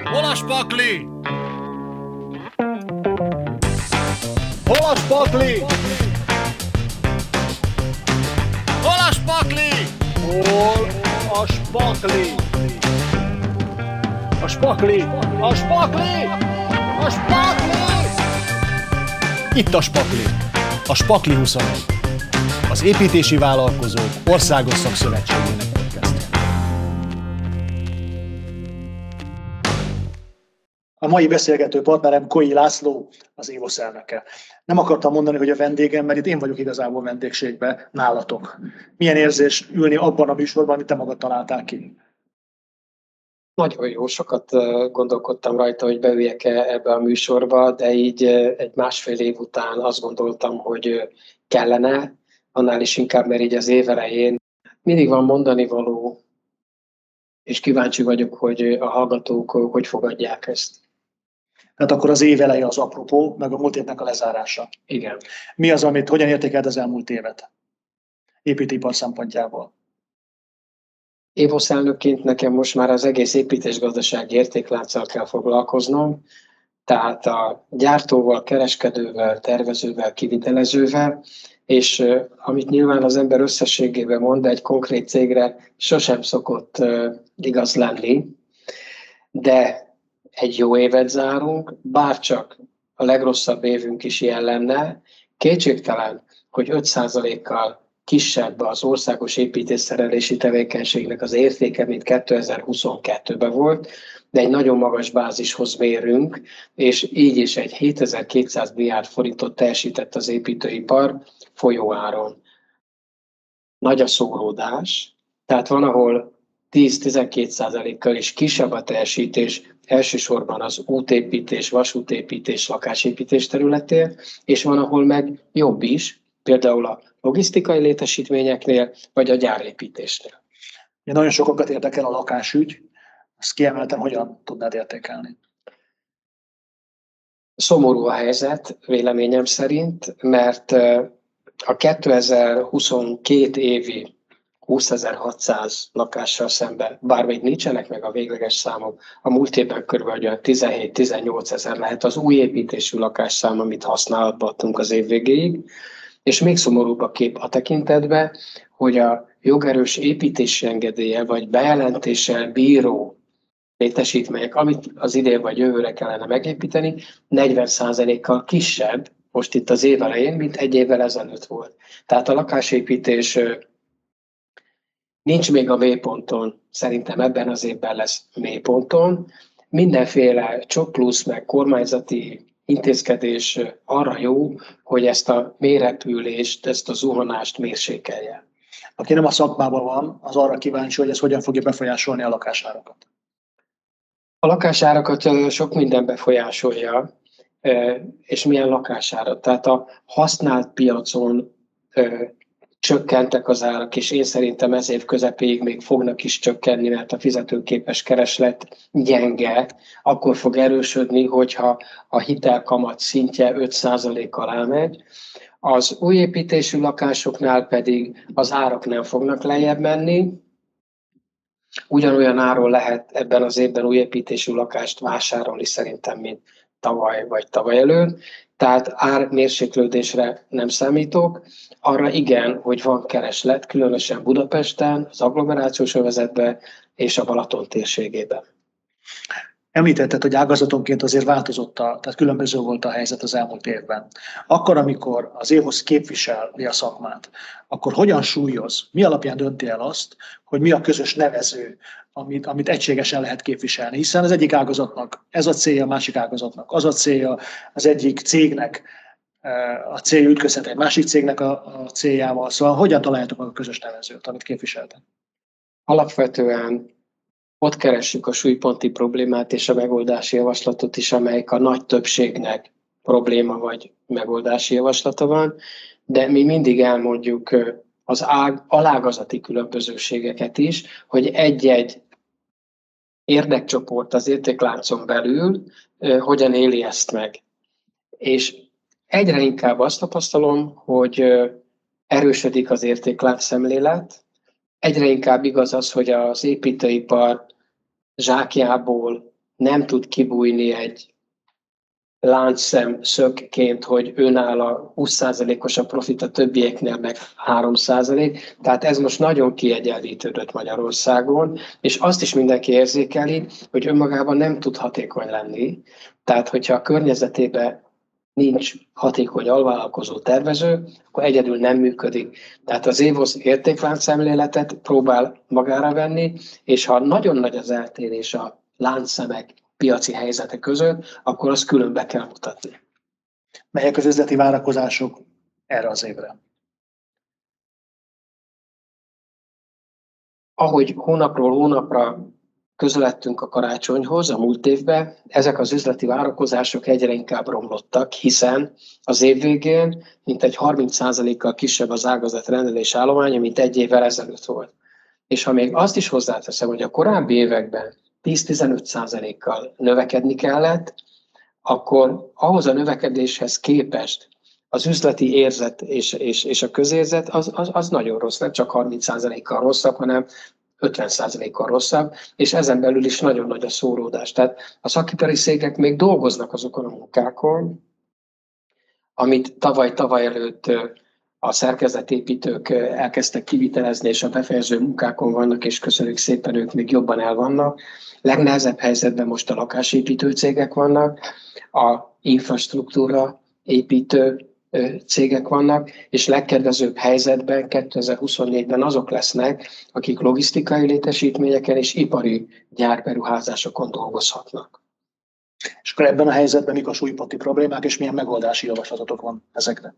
Hol a spakli? Hol a spakli? Hol a spakli? Hol a spakli? A spakli! A spakli! A spakli! Itt a spakli. A Spakli 21. Az építési vállalkozók országos szakszövetségének podcastja. A mai beszélgető partnerem Koi László, az Évosz elnöke. Nem akartam mondani, hogy a vendégem, mert itt én vagyok igazából vendégségben, nálatok. Milyen érzés ülni abban a műsorban, amit te magad találtál ki? Nagyon jó, sokat gondolkodtam rajta, hogy beüljek-e ebbe a műsorba, de így egy másfél év után azt gondoltam, hogy kellene, annál is inkább, mert így az év elején mindig van mondani való, és kíváncsi vagyok, hogy a hallgatók hogy fogadják ezt. Tehát akkor az év eleje az apropó, meg a múlt évnek a lezárása. Igen. Mi az, amit hogyan értékeld az elmúlt évet? Építőipar szempontjából. Évosz elnökként nekem most már az egész építésgazdasági értéklánccal kell foglalkoznom, tehát a gyártóval, kereskedővel, tervezővel, kivitelezővel, és amit nyilván az ember összességében mond, de egy konkrét cégre sosem szokott igaz lenni, de egy jó évet zárunk, bárcsak a legrosszabb évünk is ilyen lenne, kétségtelen, hogy 5%-kal kisebb az országos építésszerelési tevékenységnek az értéke, mint 2022-ben volt, de egy nagyon magas bázishoz mérünk, és így is egy 7200 milliárd forintot teljesített az építőipar folyóáron. Nagy a szóródás, tehát van, ahol 10-12%-kal is kisebb a teljesítés, elsősorban az útépítés, vasútépítés, lakásépítés területén, és van, ahol meg jobb is, például a logisztikai létesítményeknél, vagy a gyárépítésnél. Nagyon sokakat érdekel a lakásügy, azt kiemeltem, hogyan tudnád értékelni? Szomorú a helyzet, véleményem szerint, mert a 2022 évi 20.600 lakással szemben, bár még nincsenek meg a végleges számok, a múlt évben kb. 17-18 ezer lehet az új építésű lakásszám, amit használatba adtunk az év végéig, és még szomorúbb a kép a tekintetben, hogy a jogerős építési engedélye vagy bejelentéssel bíró létesítmények, amit az idén vagy jövőre kellene megépíteni, 40%-kal kisebb most itt az év elején, mint egy évvel ezelőtt volt. Tehát a lakásépítés nincs még a mélyponton, szerintem ebben az évben lesz mélyponton. Mindenféle csoplusz meg kormányzati intézkedés arra jó, hogy ezt a mélyrepülést, ezt a zuhanást mérsékelje. Aki nem a szakmában van, az arra kíváncsi, hogy ez hogyan fogja befolyásolni a lakásárakat. A lakásárakat sok minden befolyásolja, és milyen lakásárat. Tehát a használt piacon csökkentek az árak, és én szerintem ez év közepéig még fognak is csökkenni, mert a fizetőképes kereslet gyenge, akkor fog erősödni, hogyha a hitelkamat szintje 5%-kal elmegy. Az új építésű lakásoknál pedig az árak nem fognak lejjebb menni, ugyanolyan áron lehet ebben az évben új építésű lakást vásárolni szerintem, mint tavaly vagy tavaly előtt. Tehát ármérséklődésre nem számítok. Arra igen, hogy van kereslet, különösen Budapesten, az agglomerációs övezetben és a Balaton térségében. Említetted, hogy ágazatonként azért változott, tehát különböző volt a helyzet az elmúlt évben. Akkor, amikor az Évosz képviseli a szakmát, akkor hogyan súlyoz, mi alapján dönti el azt, hogy mi a közös nevező, amit egységesen lehet képviselni? Hiszen az egyik ágazatnak ez a célja, a másik ágazatnak az a célja, az egyik cégnek a célja ütközhet egy másik cégnek a céljával. Szóval hogyan találjátok meg a közös nevezőt, amit képviseltek? Alapvetően ott keressük a súlyponti problémát és a megoldási javaslatot is, amelyik a nagy többségnek probléma vagy megoldási javaslata van, de mi mindig elmondjuk az alágazati különbözőségeket is, hogy egy-egy érdekcsoport az értékláncon belül hogyan éli ezt meg. És egyre inkább azt tapasztalom, hogy erősödik az értéklánc szemlélet, egyre inkább igaz az, hogy az építőipar zsákjából nem tud kibújni egy láncszem szögként, hogy önálló 20%-os a profit, a többieknél meg 3%. Tehát ez most nagyon kiegyenlítődött Magyarországon, és azt is mindenki érzékeli, hogy önmagában nem tud hatékony lenni. Tehát, hogyha a környezetében nincs hatékony alvállalkozó tervező, akkor egyedül nem működik. Tehát az EVOS értékláncszemléletet próbál magára venni, és ha nagyon nagy az eltérés a láncszemek piaci helyzete között, akkor azt különbe kell mutatni. Melyek az üzleti várakozások erre az évre? Ahogy hónapról hónapra közeledtünk a karácsonyhoz a múlt évben, ezek az üzleti várakozások egyre inkább romlottak, hiszen az év végén mintegy 30%-kal kisebb az ágazat rendelés állománya, mint egy évvel ezelőtt volt. És ha még azt is hozzáteszem, hogy a korábbi években 10-15%-kal növekedni kellett, akkor ahhoz a növekedéshez képest az üzleti érzet és a közérzet az nagyon rossz, nem csak 30%-kal rosszabb, hanem 50%-kal rosszabb, és ezen belül is nagyon nagy a szóródás. Tehát a szakipari cégek még dolgoznak azokon a munkákon, amit tavaly előtt a szerkezetépítők elkezdtek kivitelezni, és a befejező munkákon vannak, és köszönjük szépen, ők még jobban el vannak. Legnehezebb helyzetben most a lakásépítő cégek vannak, a infrastruktúra építő cégek vannak, és legkedvezőbb helyzetben 2024-ben azok lesznek, akik logisztikai létesítményeken és ipari gyárberuházásokon dolgozhatnak. És akkor ebben a helyzetben mik a súlyponti problémák, és milyen megoldási javaslatotok van ezekre?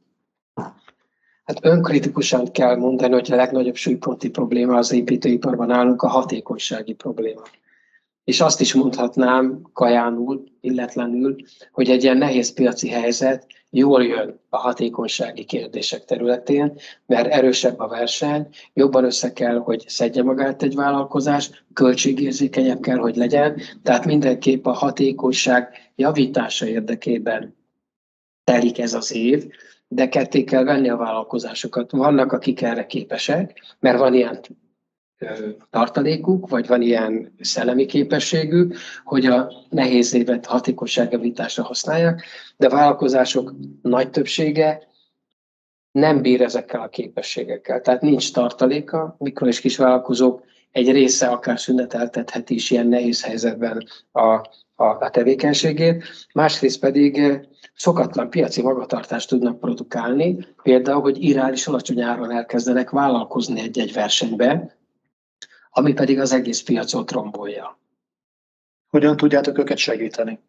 Hát önkritikusan kell mondani, hogy a legnagyobb súlyponti probléma az építőiparban nálunk a hatékonysági probléma. És azt is mondhatnám kajánul, illetlenül, hogy egy ilyen nehéz piaci helyzet jól jön a hatékonysági kérdések területén, mert erősebb a verseny, jobban össze kell, hogy szedje magát egy vállalkozás, költségérzékenyebb kell, hogy legyen, tehát mindenképp a hatékonyság javítása érdekében telik ez az év, de ketté kell venni a vállalkozásokat. Vannak, akik erre képesek, mert van ilyen tartalékuk, vagy van ilyen szellemi képességük, hogy a nehéz évet hatékonyságjavításra használják, de a vállalkozások nagy többsége nem bír ezekkel a képességekkel. Tehát nincs tartaléka, mikro- és kisvállalkozók egy része akár szüneteltetheti is ilyen nehéz helyzetben a tevékenységét, másrészt pedig szokatlan piaci magatartást tudnak produkálni, például, hogy irreális alacsony áron elkezdenek vállalkozni egy-egy versenybe, ami pedig az egész piacot rombolja. Hogyan tudjátok őket segíteni?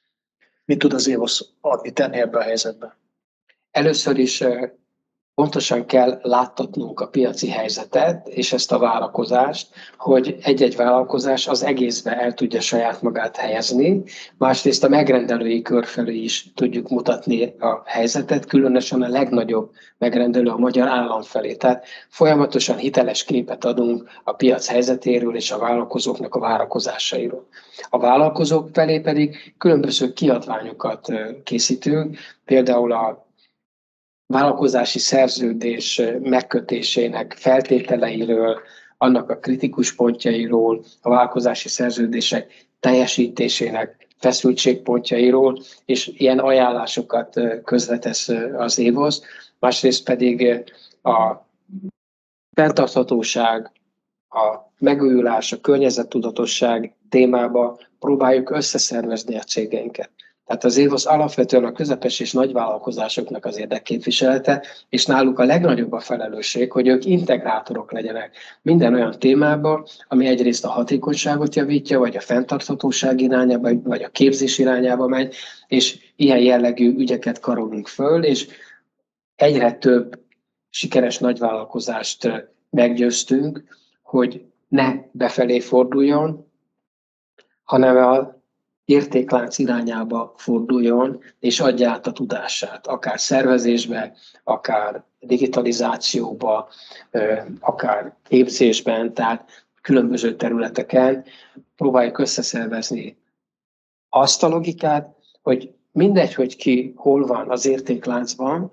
Mit tud az EVOS adni, tenni ebbe a helyzetbe? Először is pontosan kell láttatnunk a piaci helyzetet és ezt a várakozást, hogy egy-egy vállalkozás az egészbe el tudja saját magát helyezni. Másrészt a megrendelői kör felé is tudjuk mutatni a helyzetet, különösen a legnagyobb megrendelő a magyar állam felé. Tehát folyamatosan hiteles képet adunk a piac helyzetéről és a vállalkozóknak a várakozásairól. A vállalkozók felé pedig különböző kiadványokat készítünk, például a vállalkozási szerződés megkötésének feltételeiről, annak a kritikus pontjairól, a vállalkozási szerződések teljesítésének feszültségpontjairól, és ilyen ajánlásokat közvetesz az EVOS. Másrészt pedig a fenntarthatóság, a megújulás, a környezettudatosság témába próbáljuk összeszervezni a cégeinket. Tehát az EVOS alapvetően a közepes és nagyvállalkozásoknak az érdekképviselete, és náluk a legnagyobb a felelősség, hogy ők integrátorok legyenek minden olyan témába, ami egyrészt a hatékonyságot javítja, vagy a fenntarthatóság irányába, vagy a képzés irányába megy, és ilyen jellegű ügyeket karolunk föl, és egyre több sikeres nagyvállalkozást meggyőztünk, hogy ne befelé forduljon, hanem a értéklánc irányába forduljon, és adja át a tudását, akár szervezésbe, akár digitalizációba, akár képzésben, tehát különböző területeken próbáljuk összeszervezni azt a logikát, hogy mindegy, hogy ki hol van az értékláncban,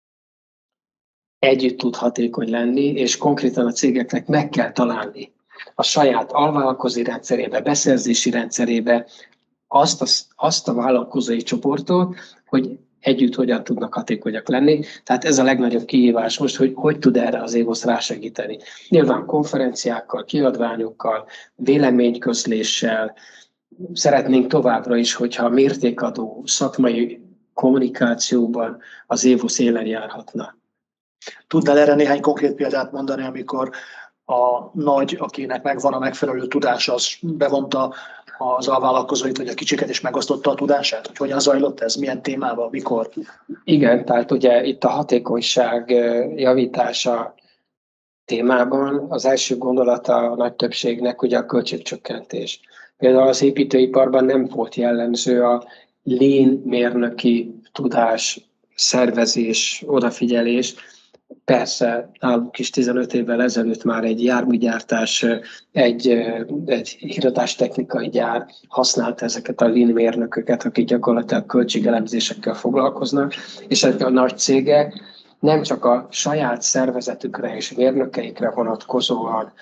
együtt tud hatékony lenni, és konkrétan a cégeknek meg kell találni a saját alvállalkozói rendszerébe, beszerzési rendszerébe azt a vállalkozói csoportot, hogy együtt hogyan tudnak hatékonyak lenni. Tehát ez a legnagyobb kihívás most, hogy tud erre az EVOS rásegíteni. Nyilván konferenciákkal, kiadványokkal, véleményközléssel, szeretnénk továbbra is, hogyha mértékadó szakmai kommunikációban az EVOS élen járhatna. Tudnál erre néhány konkrét példát mondani, amikor a nagy, akinek megvan a megfelelő tudása, az bevonta az alvállalkozóit, vagy a kicsiket is megosztotta a tudását? Hogy hogyan zajlott ez, milyen témában, mikor? Igen, tehát ugye itt a hatékonyság javítása témában az első gondolata a nagy többségnek ugye a költségcsökkentés. Például az építőiparban nem volt jellemző a lean mérnöki tudás, szervezés, odafigyelés. Persze, náluk is 15 évvel ezelőtt már egy járműgyártás, egy híradástechnikai gyár használta ezeket a lean mérnököket, akik gyakorlatilag költségelemzésekkel foglalkoznak, és ezek a nagy cégek nem csak a saját szervezetükre és mérnökeikre vonatkozóan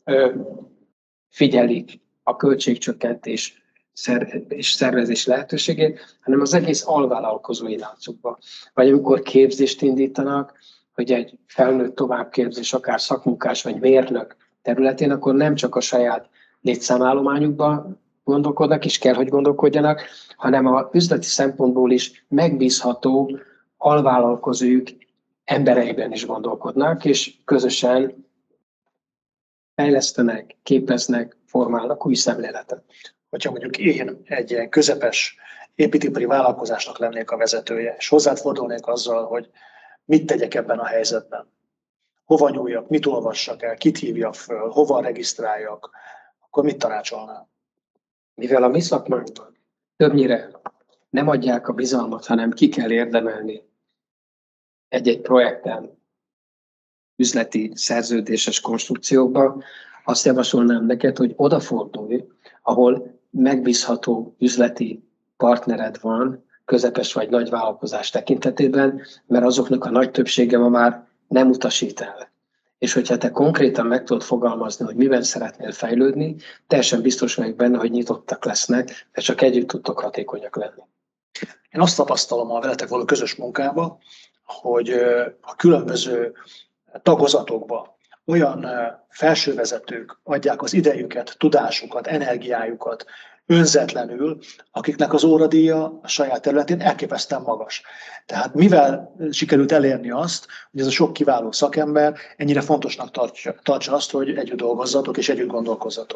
figyelik a költségcsökkentés és szervezés lehetőségét, hanem az egész alvállalkozói láncukba. Vagy amikor képzést indítanak, hogy egy felnőtt továbbképzés, akár szakmunkás vagy mérnök területén, akkor nem csak a saját létszámállományukban gondolkodnak, és kell, hogy gondolkodjanak, hanem a üzleti szempontból is megbízható alvállalkozójuk embereiben is gondolkodnak, és közösen fejlesztenek, képeznek, formálnak új szemléletet. Hogyha mondjuk én egy ilyen közepes építőipari vállalkozásnak lennék a vezetője, és hozzád fordulnék azzal, hogy mit tegyek ebben a helyzetben, hova nyúljak, mit olvassak el, kit hívjak föl, hova regisztráljak, akkor mit tanácsolnál? Mivel a mi szakmánkban többnyire nem adják a bizalmat, hanem ki kell érdemelni egy-egy projekten, üzleti, szerződéses konstrukciókban, azt javasolnám neked, hogy odafordulj, ahol megbízható üzleti partnered van, közepes vagy nagy vállalkozás tekintetében, mert azoknak a nagy többsége ma már nem utasít el. És hogyha te konkrétan meg tudod fogalmazni, hogy miben szeretnél fejlődni, teljesen biztos vagyok benne, hogy nyitottak lesznek, de csak együtt tudtok hatékonyak lenni. Én azt tapasztalom a veletek való közös munkában, hogy a különböző tagozatokban olyan felsővezetők adják az idejüket, tudásukat, energiájukat önzetlenül, akiknek az óradíja a saját területén elképesztően magas. Tehát mivel sikerült elérni azt, hogy ez a sok kiváló szakember ennyire fontosnak tartsa azt, hogy együtt dolgozzatok és együtt gondolkozzatok?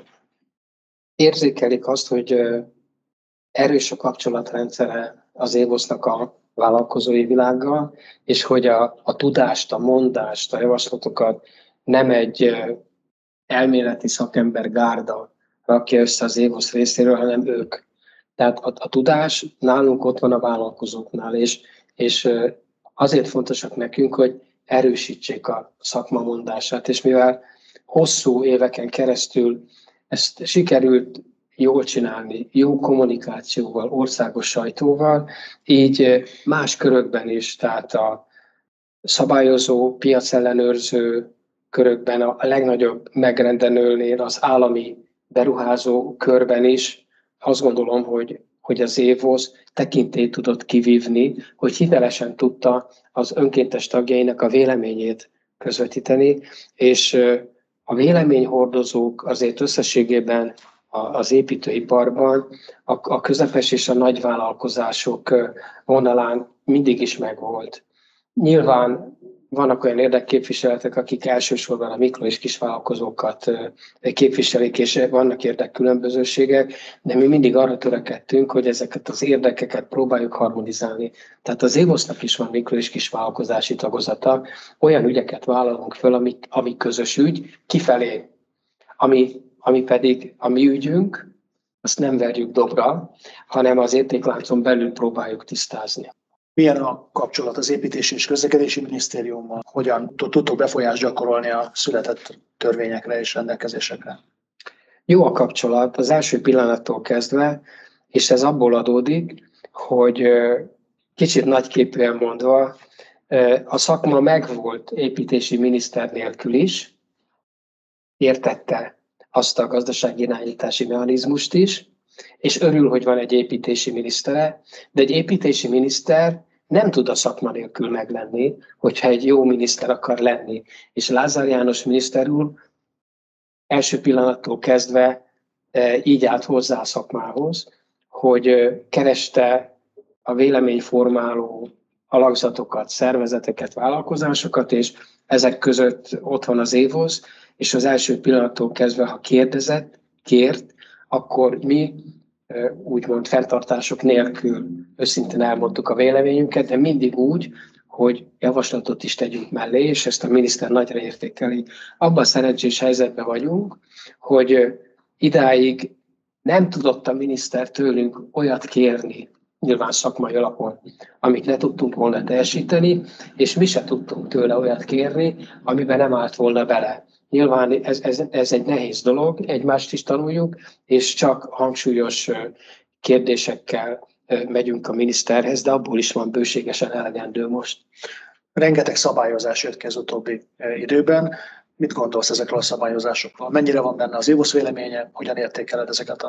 Érzékelik azt, hogy erős a kapcsolatrendszere az EVOS-nak a vállalkozói világgal, és hogy a tudást, a mondást, a javaslatokat nem egy elméleti szakember gárda rakja össze az EVOS részéről, hanem ők. Tehát a tudás nálunk ott van a vállalkozóknál, és azért fontosak nekünk, hogy erősítsék a szakma mondását, és mivel hosszú éveken keresztül ezt sikerült jól csinálni, jó kommunikációval, országos sajtóval, így más körökben is, tehát a szabályozó, piacellenőrző körökben, a legnagyobb megrendelőnél, az állami beruházó körben is azt gondolom, hogy az EVOS tekintélyt tudott kivívni, hogy hitelesen tudta az önkéntes tagjainak a véleményét közvetíteni, és a véleményhordozók azért összességében az építőiparban a közepes és a nagy vállalkozások vonalán mindig is megvolt. Nyilván vannak olyan érdekképviseletek, akik elsősorban a mikro- és kisvállalkozókat képviselik, és vannak érdekkülönbözőségek, de mi mindig arra törekedtünk, hogy ezeket az érdekeket próbáljuk harmonizálni. Tehát az EVOS-nak is van mikro- és kisvállalkozási tagozata, olyan ügyeket vállalunk föl, ami közös ügy, kifelé, ami pedig a mi ügyünk, azt nem verjük dobra, hanem az értékláncon belül próbáljuk tisztázni. Milyen a kapcsolat az Építési és Közlekedési Minisztériummal? Hogyan tudtok befolyást gyakorolni a született törvényekre és rendelkezésekre? Jó a kapcsolat az első pillanattól kezdve, és ez abból adódik, hogy kicsit nagyképűen mondva, a szakma megvolt építési miniszter nélkül is, értette azt a gazdasági irányítási mechanizmust is, és örül, hogy van egy építési minisztere, de egy építési miniszter nem tud a szakma nélkül meglenni, hogyha egy jó miniszter akar lenni. És Lázár János miniszter úr első pillanattól kezdve így állt hozzá a szakmához, hogy kereste a véleményformáló alakzatokat, szervezeteket, vállalkozásokat, és ezek között ott van az Évosz, és az első pillanattól kezdve, ha kért, akkor mi úgymond fenntartások nélkül őszintén elmondtuk a véleményünket, de mindig úgy, hogy javaslatot is tegyünk mellé, és ezt a miniszter nagyra értékeli. Abban a szerencsés helyzetben vagyunk, hogy idáig nem tudott a miniszter tőlünk olyat kérni, nyilván szakmai alapon, amit ne tudtunk volna teljesíteni, és mi se tudtunk tőle olyat kérni, amiben nem állt volna bele. Nyilván ez egy nehéz dolog, egymást is tanuljuk, és csak hangsúlyos kérdésekkel megyünk a miniszterhez, de abból is van bőségesen elegendő most. Rengeteg szabályozás jött ki az utóbbi időben. Mit gondolsz ezekről a szabályozásokról? Mennyire van benne az Évosz véleménye? Hogyan értékeled ezeket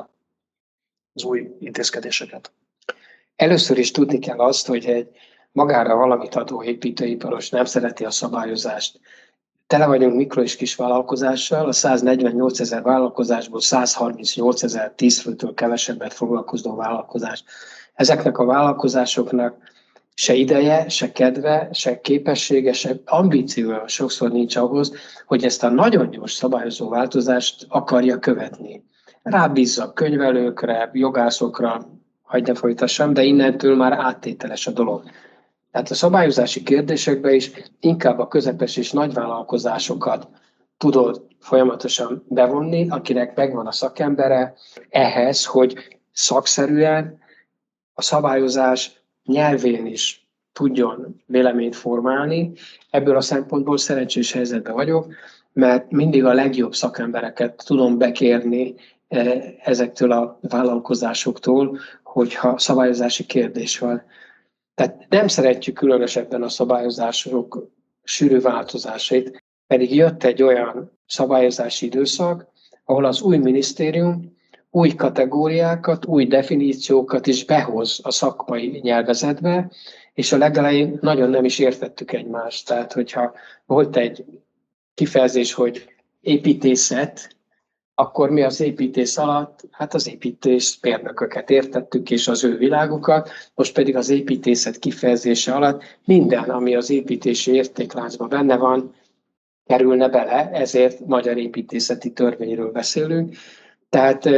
az új intézkedéseket? Először is tudni kell azt, hogy egy magára valamit adó építőiparos nem szereti a szabályozást. Tele vagyunk mikro- és kisvállalkozással, a 148 000 vállalkozásból 138 000 10 főtől kevesebbet foglalkozó vállalkozás. Ezeknek a vállalkozásoknak se ideje, se kedve, se képessége, se ambíciója sokszor nincs ahhoz, hogy ezt a nagyon gyors szabályozó változást akarja követni. Rábízza a könyvelőkre, jogászokra, hagyj ne folytassam, de innentől már áttételes a dolog. Tehát a szabályozási kérdésekben is inkább a közepes és nagyvállalkozásokat tudod folyamatosan bevonni, akinek megvan a szakembere ehhez, hogy szakszerűen a szabályozás nyelvén is tudjon véleményt formálni. Ebből a szempontból szerencsés helyzetben vagyok, mert mindig a legjobb szakembereket tudom bekérni ezektől a vállalkozásoktól, hogyha szabályozási kérdés van. Tehát nem szeretjük különösebben a szabályozások sűrű változásait, pedig jött egy olyan szabályozási időszak, ahol az új minisztérium új kategóriákat, új definíciókat is behoz a szakmai nyelvezetbe, és a legelején nagyon nem is értettük egymást. Tehát, hogyha volt egy kifejezés, hogy építészet, akkor mi az építész alatt? Hát az építészmérnököket értettük, és az ő világukat, most pedig az építészet kifejezése alatt minden, ami az építési értékláncban benne van, kerülne bele, ezért magyar építészeti törvényről beszélünk. Tehát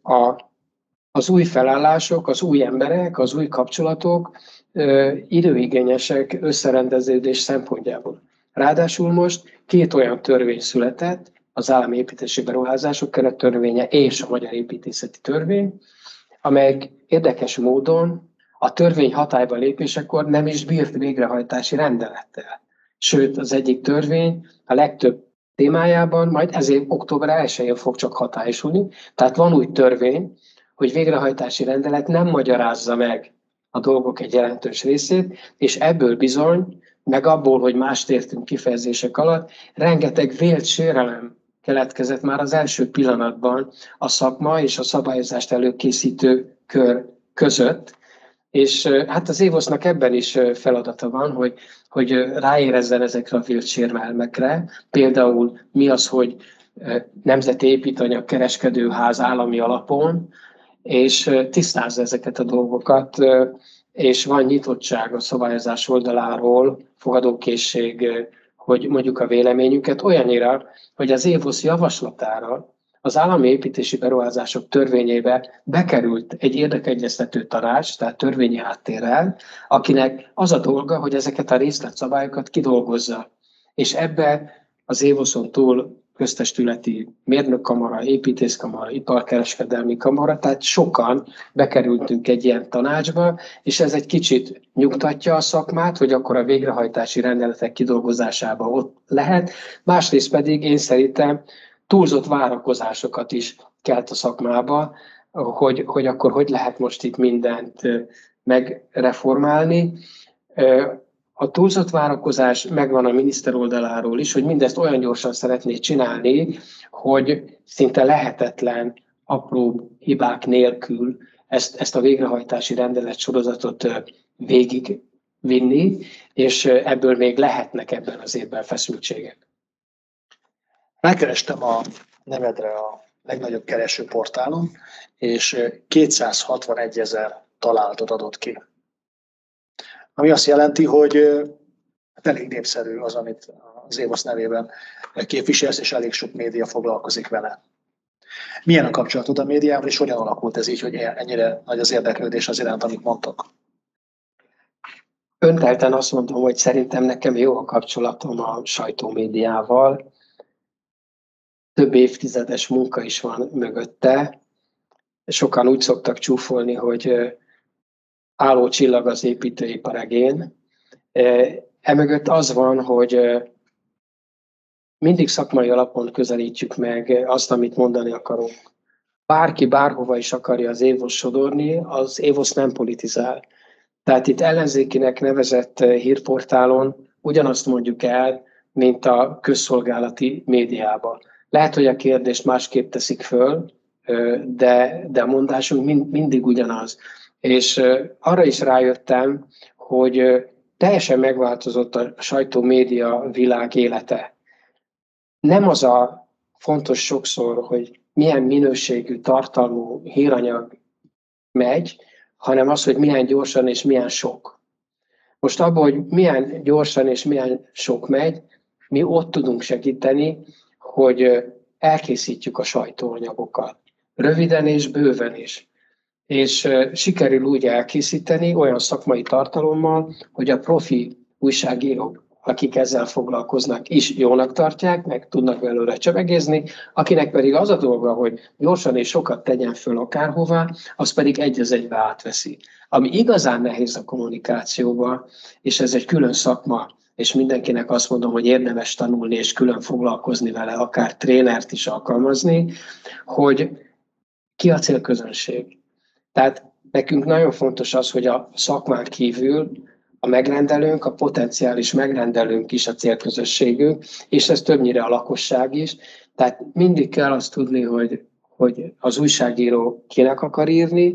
az új felállások, az új emberek, az új kapcsolatok időigényesek összerendeződés szempontjából. Ráadásul most 2 olyan törvény született, az állami építési beruházások kerettörvénye és a magyar építészeti törvény, amelyek érdekes módon a törvény hatályba lépésekor nem is bírt végrehajtási rendelettel. Sőt, az egyik törvény a legtöbb témájában majd ezért október 1-én fog csak hatályosulni. Tehát van úgy törvény, hogy végrehajtási rendelet nem magyarázza meg a dolgok egy jelentős részét, és ebből bizony, meg abból, hogy mást értünk kifejezések alatt, rengeteg vélt sérelem keletkezett már az első pillanatban a szakma és a szabályozást előkészítő kör között. És hát az Évosznak ebben is feladata van, hogy ráérezzen ezekre a vélt sérelmekre. Például mi az, hogy nemzeti építőanyag kereskedőház állami alapon, és tisztázza ezeket a dolgokat, és van nyitottság a szabályozás oldaláról, fogadókészség, hogy mondjuk a véleményünket olyannyira, hogy az Évosz javaslatára az állami építési beruházások törvényébe bekerült egy érdekegyeztető tanács, tehát törvényi háttérrel, akinek az a dolga, hogy ezeket a részletszabályokat kidolgozza. És ebbe az Évoszon túl köztestületi mérnökkamara, építészkamara, iparkereskedelmi kamara, tehát sokan bekerültünk egy ilyen tanácsba, és ez egy kicsit nyugtatja a szakmát, hogy akkor a végrehajtási rendeletek kidolgozásába ott lehet. Másrészt pedig én szerintem túlzott várakozásokat is kelt a szakmába, hogy akkor hogy lehet most itt mindent megreformálni. A túlzott várakozás megvan a miniszter oldaláról is, hogy mindezt olyan gyorsan szeretné csinálni, hogy szinte lehetetlen apró hibák nélkül ezt a végrehajtási rendelet sorozatot végig vinni, és ebből még lehetnek ebben az évben feszültségek. Megkerestem a nevedre a legnagyobb keresőportálon, és 261 000 találatot adott ki. Ami azt jelenti, hogy elég népszerű az, amit az Évosz nevében képviselsz, és elég sok média foglalkozik vele. Milyen a kapcsolatod a médiával, és hogyan alakult ez így, hogy ennyire nagy az érdeklődés az iránt, amit mondtak? Öntelten azt mondom, hogy szerintem nekem jó a kapcsolatom a sajtómédiával. Több évtizedes munka is van mögötte. Sokan úgy szoktak csúfolni, hogy álló csillag az építőipar egén. Emögött az van, hogy mindig szakmai alapon közelítjük meg azt, amit mondani akarunk. Bárki bárhova is akarja az Évosz sodorni, az Évosz nem politizál. Tehát itt ellenzékinek nevezett hírportálon ugyanazt mondjuk el, mint a közszolgálati médiában. Lehet, hogy a kérdést másképp teszik föl, de a mondásunk mindig ugyanaz. És arra is rájöttem, hogy teljesen megváltozott a sajtó-média világ élete. Nem az a fontos sokszor, hogy milyen minőségű, tartalmú híranyag megy, hanem az, hogy milyen gyorsan és milyen sok. Most abban, hogy milyen gyorsan és milyen sok megy, mi ott tudunk segíteni, hogy elkészítjük a sajtóanyagokat. Röviden és bőven is. És sikerül úgy elkészíteni olyan szakmai tartalommal, hogy a profi újságírók, akik ezzel foglalkoznak, is jónak tartják, meg tudnak belőle csevegézni, akinek pedig az a dolga, hogy gyorsan és sokat tegyen föl akárhová, az pedig egy az egybe átveszi. Ami igazán nehéz a kommunikációban, és ez egy külön szakma, és mindenkinek azt mondom, hogy érdemes tanulni és külön foglalkozni vele, akár trénert is alkalmazni, hogy ki a célközönség. Tehát nekünk nagyon fontos az, hogy a szakmán kívül a megrendelőnk, a potenciális megrendelőnk is a célközösségünk, és ez többnyire a lakosság is. Tehát mindig kell azt tudni, hogy az újságíró kinek akar írni,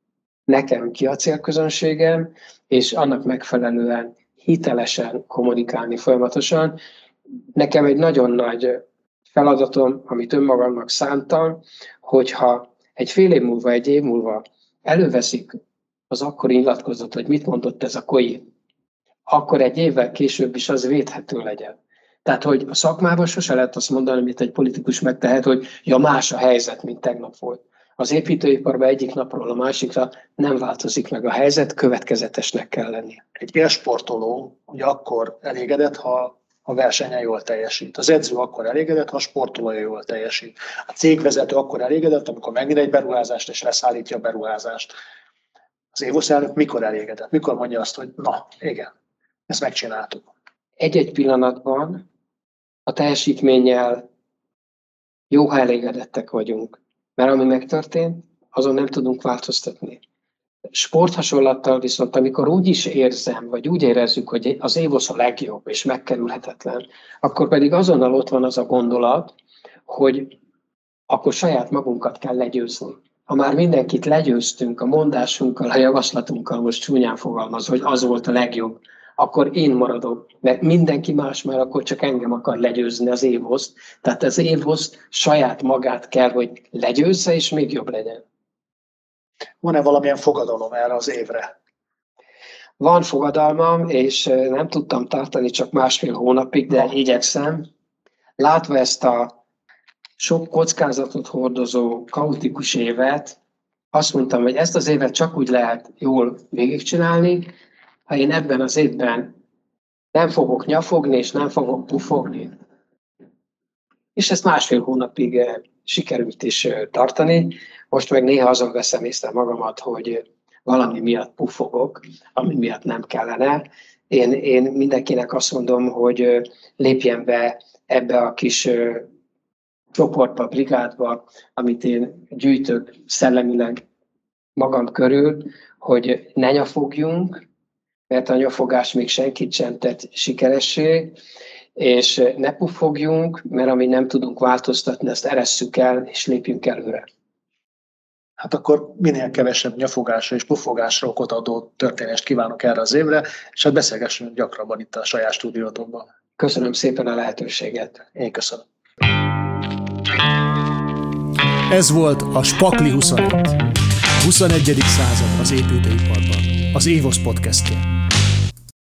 nekem ki a célközönségem, és annak megfelelően hitelesen kommunikálni folyamatosan. Nekem egy nagyon nagy feladatom, amit önmagamnak szántam, hogyha egy fél év múlva, egy év múlva előveszik az akkori nyilatkozatot, hogy mit mondott ez a KOI, akkor egy évvel később is az védhető legyen. Tehát, hogy a szakmában sose lehet azt mondani, amit egy politikus megtehet, hogy ja, más a helyzet, mint tegnap volt. Az építőiparban egyik napról a másikra nem változik meg a helyzet, következetesnek kell lenni. Egy élsportoló ugye akkor elégedett, ha a versenyen jól teljesít. Az edző akkor elégedett, ha a sportolója jól teljesít. A cégvezető akkor elégedett, amikor megnyer egy beruházást és leszállítja a beruházást. Az Évosz elnök mikor elégedett? Mikor mondja azt, hogy na, igen, ezt megcsináltuk. Egy-egy pillanatban a teljesítménnyel jó, ha elégedettek vagyunk. Mert ami megtörtént, azon nem tudunk változtatni. Sporthasonlattal viszont, amikor úgy is érzem, vagy úgy érezzük, hogy az Évosz a legjobb és megkerülhetetlen, akkor pedig azonnal ott van az a gondolat, hogy akkor saját magunkat kell legyőzni. Ha már mindenkit legyőztünk a mondásunkkal, a javaslatunkkal, most csúnyán fogalmaz, hogy az volt a legjobb, akkor én maradok, mert mindenki más már akkor csak engem akar legyőzni, az Évoszt. Tehát az Évosz saját magát kell, hogy legyőzze, és még jobb legyen. Van-e valamilyen fogadalom erre az évre? Van fogadalmam, és nem tudtam tartani csak 1,5 hónapig, de igyekszem. Látva ezt a sok kockázatot hordozó, kaotikus évet, azt mondtam, hogy ezt az évet csak úgy lehet jól végigcsinálni, ha én ebben az évben nem fogok nyafogni, és nem fogok pufogni. És ezt 1,5 hónapig sikerült is tartani. Most meg néha azon veszem észre magamat, hogy valami miatt pufogok, ami miatt nem kellene. Én mindenkinek azt mondom, hogy lépjen be ebbe a kis csoportba, brigádba, amit én gyűjtök szellemileg magam körül, hogy ne nyafogjunk, mert a nyafogás még senkit sem tett sikeressé, és ne pufogjunk, mert amit nem tudunk változtatni, ezt eresszük el, és lépjünk előre. hát akkor minél kevesebb nyafogásra és pufogásra okot adó történést kívánok erre az évre, és hát beszélgessünk gyakrabban itt a saját stúdiódban. Köszönöm szépen a lehetőséget. Én köszönöm. Ez volt a Spakli 21. 21. század az építőiparban. Az Évosz podcastje.